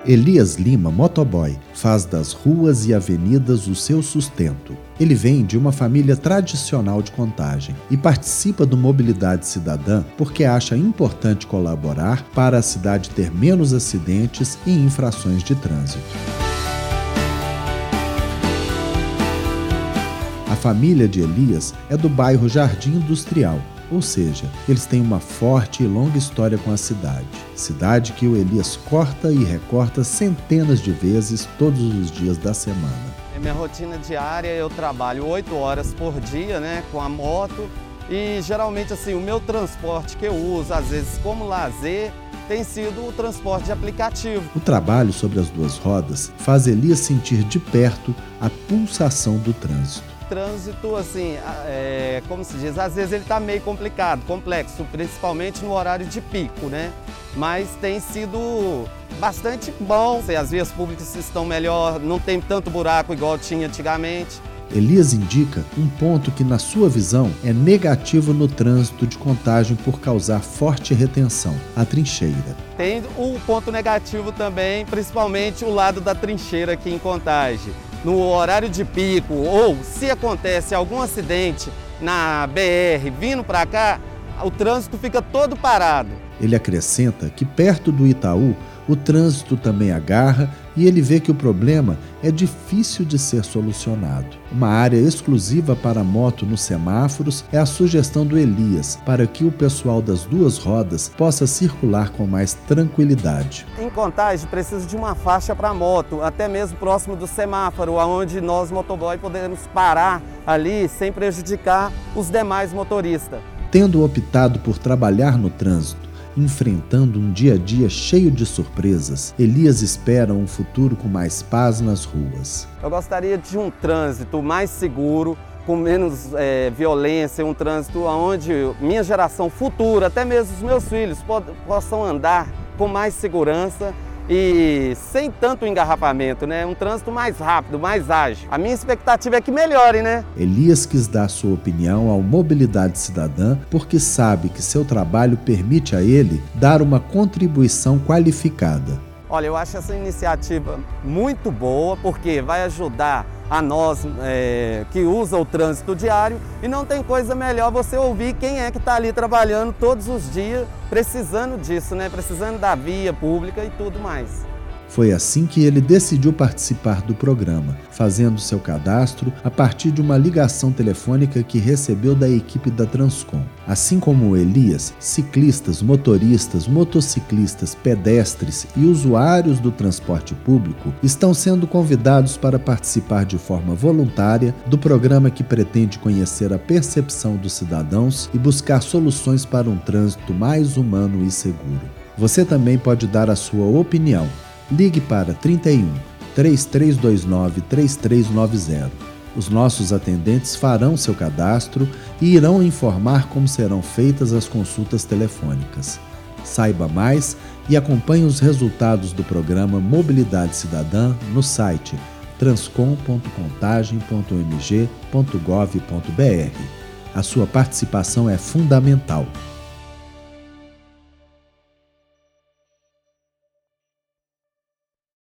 Elias Lima, motoboy, faz das ruas e avenidas o seu sustento. Ele vem de uma família tradicional de Contagem e participa do Mobilidade Cidadã porque acha importante colaborar para a cidade ter menos acidentes e infrações de trânsito. A família de Elias é do bairro Jardim Industrial, ou seja, eles têm uma forte e longa história com a cidade. Cidade que o Elias corta e recorta centenas de vezes todos os dias da semana. Minha rotina diária, eu trabalho 8 horas por dia, com a moto e geralmente assim, o meu transporte que eu uso, às vezes como lazer, tem sido o transporte de aplicativo. O trabalho sobre as duas rodas faz Elias sentir de perto a pulsação do trânsito. Trânsito, assim, como se diz, às vezes ele está meio complicado, complexo, principalmente no horário de pico, Mas tem sido bastante bom. As vias públicas estão melhor, não tem tanto buraco igual tinha antigamente. Elias indica um ponto que, na sua visão, é negativo no trânsito de Contagem por causar forte retenção: a trincheira. Tem o ponto negativo também, principalmente o lado da trincheira aqui em Contagem. No horário de pico ou se acontece algum acidente na BR vindo para cá, o trânsito fica todo parado. Ele acrescenta que perto do Itaú o trânsito também agarra e ele vê que o problema é difícil de ser solucionado. Uma área exclusiva para moto nos semáforos é a sugestão do Elias para que o pessoal das duas rodas possa circular com mais tranquilidade. Em Contagem precisa de uma faixa para moto, até mesmo próximo do semáforo, onde nós motoboy podemos parar ali sem prejudicar os demais motoristas. Tendo optado por trabalhar no trânsito, enfrentando um dia a dia cheio de surpresas, Elias espera um futuro com mais paz nas ruas. Eu gostaria de um trânsito mais seguro, com menos violência, um trânsito onde minha geração futura, até mesmo os meus filhos, possam andar com mais segurança e sem tanto engarrafamento, Um trânsito mais rápido, mais ágil. A minha expectativa é que melhore, Elias quis dar sua opinião ao Mobilidade Cidadã porque sabe que seu trabalho permite a ele dar uma contribuição qualificada. Olha, eu acho essa iniciativa muito boa porque vai ajudar a nós que usa o trânsito diário e não tem coisa melhor você ouvir quem é que está ali trabalhando todos os dias precisando disso, Precisando da via pública e tudo mais. Foi assim que ele decidiu participar do programa, fazendo seu cadastro a partir de uma ligação telefônica que recebeu da equipe da Transcom. Assim como o Elias, ciclistas, motoristas, motociclistas, pedestres e usuários do transporte público estão sendo convidados para participar de forma voluntária do programa que pretende conhecer a percepção dos cidadãos e buscar soluções para um trânsito mais humano e seguro. Você também pode dar a sua opinião. Ligue para 31 3329 3390. Os nossos atendentes farão seu cadastro e irão informar como serão feitas as consultas telefônicas. Saiba mais e acompanhe os resultados do programa Mobilidade Cidadã no site transcom.contagem.mg.gov.br. A sua participação é fundamental.